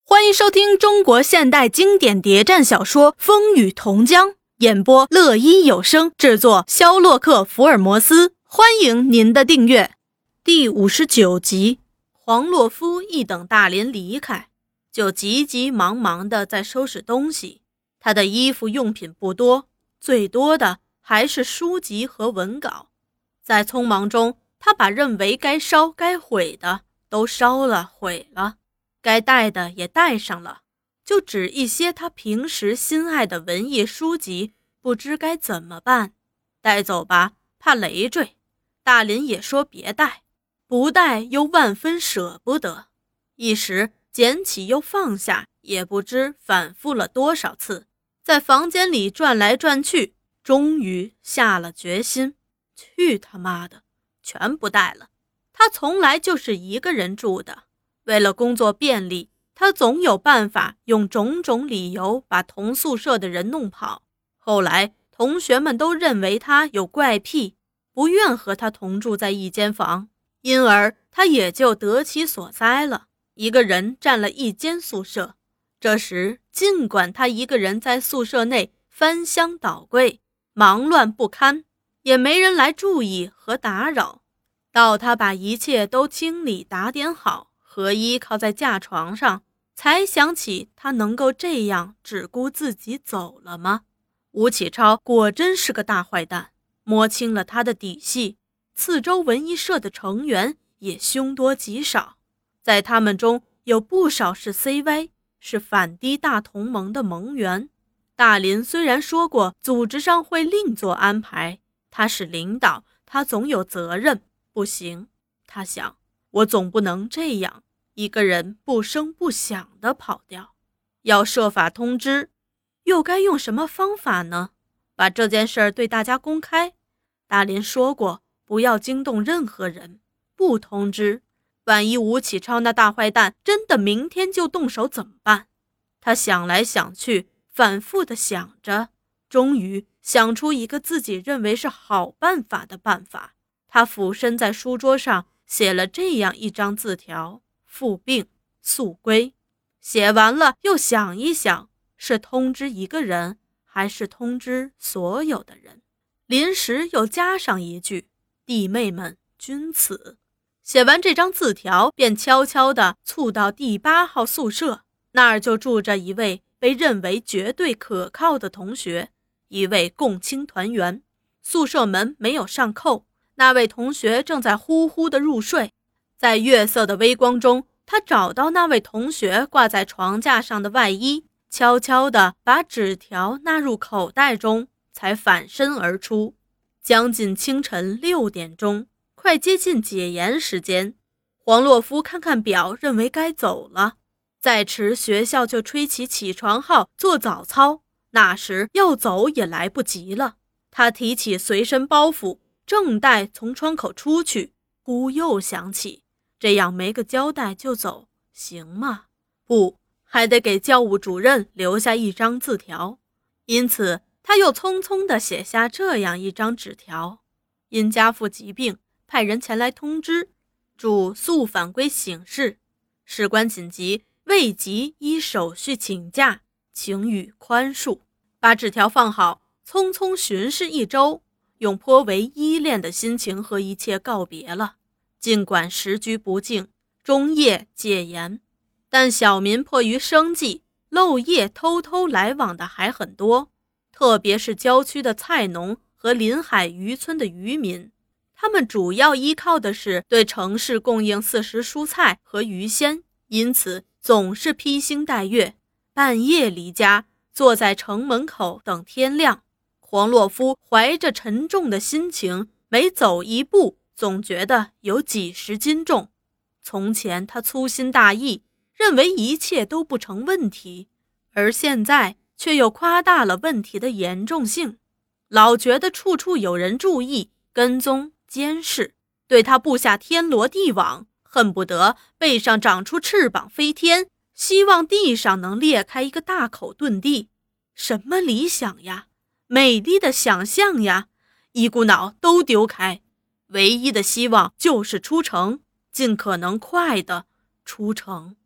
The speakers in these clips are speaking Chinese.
欢迎收听中国现代经典谍战小说《风雨同江》，演播乐一有声，制作肖洛克福尔摩斯。欢迎您的订阅。第59集，黄洛夫一等大连离开，就急急忙忙地在收拾东西。他的衣服用品不多，最多的还是书籍和文稿。在匆忙中，他把认为该烧该毁的都烧了毁了，该带的也带上了，就只一些他平时心爱的文艺书籍，不知该怎么办。带走吧，怕累赘。大林也说别带，不带又万分舍不得。一时捡起又放下，也不知反复了多少次，在房间里转来转去，终于下了决心，去他妈的，全不带了。他从来就是一个人住的，为了工作便利，他总有办法用种种理由把同宿舍的人弄跑。后来同学们都认为他有怪癖，不愿和他同住在一间房，因而他也就得其所哉了，一个人占了一间宿舍。这时尽管他一个人在宿舍内翻箱倒柜，忙乱不堪，也没人来注意和打扰。到他把一切都清理打点好，合衣靠在架床上，才想起他能够这样只顾自己走了吗？吴启超果真是个大坏蛋，摸清了他的底细。次州文艺社的成员也凶多吉少，在他们中有不少是 CY， 是反低大同盟的盟员。大林虽然说过组织上会另做安排，他是领导，他总有责任。不行，他想，我总不能这样一个人不声不响地跑掉，要设法通知。又该用什么方法呢？把这件事对大家公开？大林说过不要惊动任何人，不通知，万一吴启超那大坏蛋真的明天就动手怎么办？他想来想去，反复地想着，终于想出一个自己认为是好办法的办法。他俯身在书桌上写了这样一张字条：复病速归。写完了又想一想，是通知一个人还是通知所有的人？临时又加上一句：弟妹们君此。写完这张字条，便悄悄地促到第8号宿舍，那儿就住着一位被认为绝对可靠的同学，一位共青团员。宿舍门没有上扣，那位同学正在呼呼地入睡。在月色的微光中，他找到那位同学挂在床架上的外衣，悄悄地把纸条纳入口袋中，才反身而出。将近清晨6点钟，快接近解严时间，黄洛夫看看表，认为该走了。再迟学校就吹起床号做早操，那时要走也来不及了。他提起随身包袱，正待从窗口出去，忽又想起，这样没个交代就走，行吗？不，还得给教务主任留下一张字条。因此他又匆匆地写下这样一张纸条：因家父疾病，派人前来通知，祝速返归省市，事关紧急，未及依手续请假，请予宽恕。把纸条放好，匆匆巡视一周，用颇为依恋的心情和一切告别了。尽管时局不静，终夜戒严，但小民迫于生计，漏夜偷偷来往的还很多，特别是郊区的菜农和临海渔村的渔民，他们主要依靠的是对城市供应4时蔬菜和鱼鲜，因此总是披星戴月，半夜离家，坐在城门口等天亮。黄洛夫怀着沉重的心情，每走一步总觉得有几十斤重。从前他粗心大意，认为一切都不成问题，而现在却又夸大了问题的严重性，老觉得处处有人注意、跟踪、监视，对他布下天罗地网，恨不得背上长出翅膀飞天，希望地上能裂开一个大口遁地。什么理想呀，美丽的想象呀，一股脑都丢开，唯一的希望就是出城，尽可能快的出城。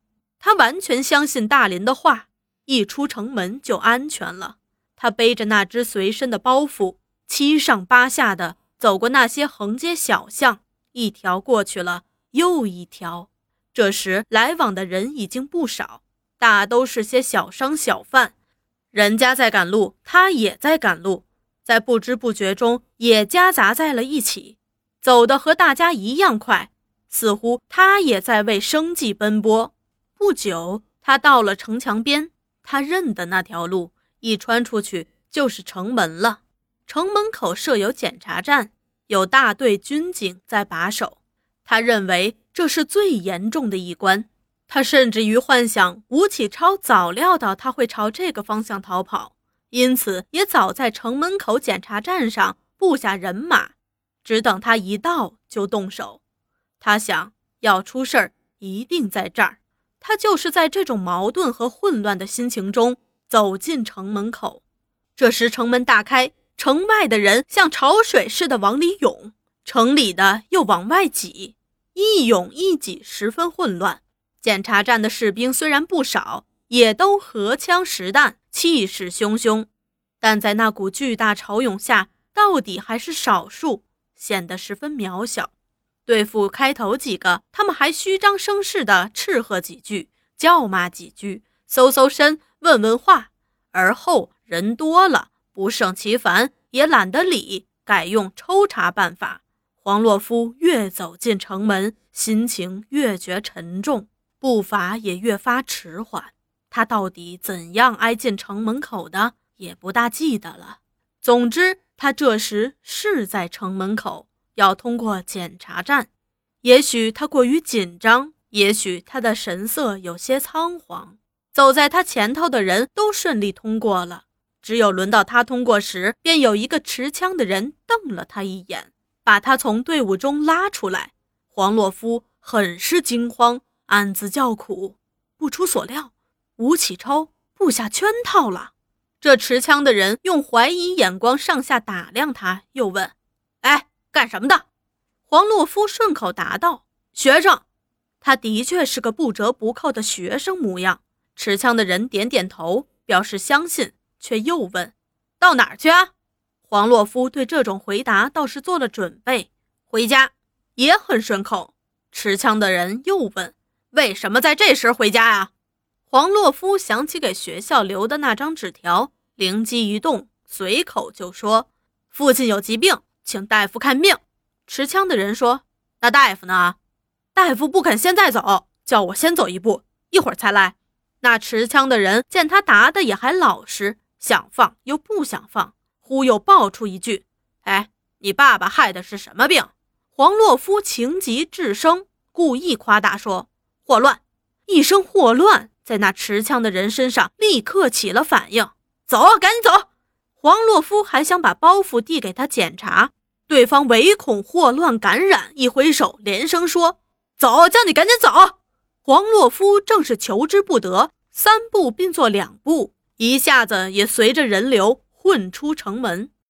他完全相信大林的话，一出城门就安全了。他背着那只随身的包袱，七上八下的走过那些横街小巷，一条过去了又一条。这时来往的人已经不少，大都是些小商小贩，人家在赶路，他也在赶路，在不知不觉中也夹杂在了一起，走得和大家一样快，似乎他也在为生计奔波。不久，他到了城墙边，他认得那条路，一穿出去就是城门了。城门口设有检查站，有大队军警在把守。他认为这是最严重的一关，他甚至于幻想吴启超早料到他会朝这个方向逃跑，因此也早在城门口检查站上布下人马，只等他一到就动手。他想，要出事儿一定在这儿。他就是在这种矛盾和混乱的心情中走进城门口。这时城门大开，城外的人像潮水似的往里涌，城里的又往外挤，一涌一挤，十分混乱。检查站的士兵虽然不少，也都荷枪实弹，气势汹汹，但在那股巨大潮涌下，到底还是少数，显得十分渺小。对付开头几个，他们还虚张声势地斥喝几句，叫骂几句，搜搜身，问问话，而后人多了，不胜其烦，也懒得理，改用抽查办法。黄洛夫越走进城门，心情越觉沉重，步伐也越发迟缓。他到底怎样挨进城门口的，也不大记得了。总之，他这时是在城门口，要通过检查站。也许他过于紧张，也许他的神色有些仓皇。走在他前头的人都顺利通过了，只有轮到他通过时，便有一个持枪的人瞪了他一眼，把他从队伍中拉出来。黄洛夫很是惊慌，暗自叫苦。不出所料，吴启超布下圈套了。这持枪的人用怀疑眼光上下打量他，又问：哎，干什么的？黄洛夫顺口答道：学生。他的确是个不折不扣的学生模样。持枪的人点点头，表示相信，却又问：到哪儿去啊？黄洛夫对这种回答倒是做了准备，回家，也很顺口。持枪的人又问：为什么在这时回家呀？黄洛夫想起给学校留的那张纸条，灵机一动，随口就说：父亲有疾病，请大夫看病。持枪的人说：那大夫呢？大夫不肯现在走，叫我先走一步，一会儿才来。那持枪的人见他答的也还老实，想放又不想放，忽又爆出一句：哎，你爸爸害的是什么病？黄洛夫情急智生，故意夸大说：霍乱。一声霍乱在那持枪的人身上立刻起了反应。走，赶紧走。黄洛夫还想把包袱递给他检查，对方唯恐霍乱感染，一挥手连声说：走，叫你赶紧走。黄洛夫正是求之不得，三步并作两步，一下子也随着人流混出城门。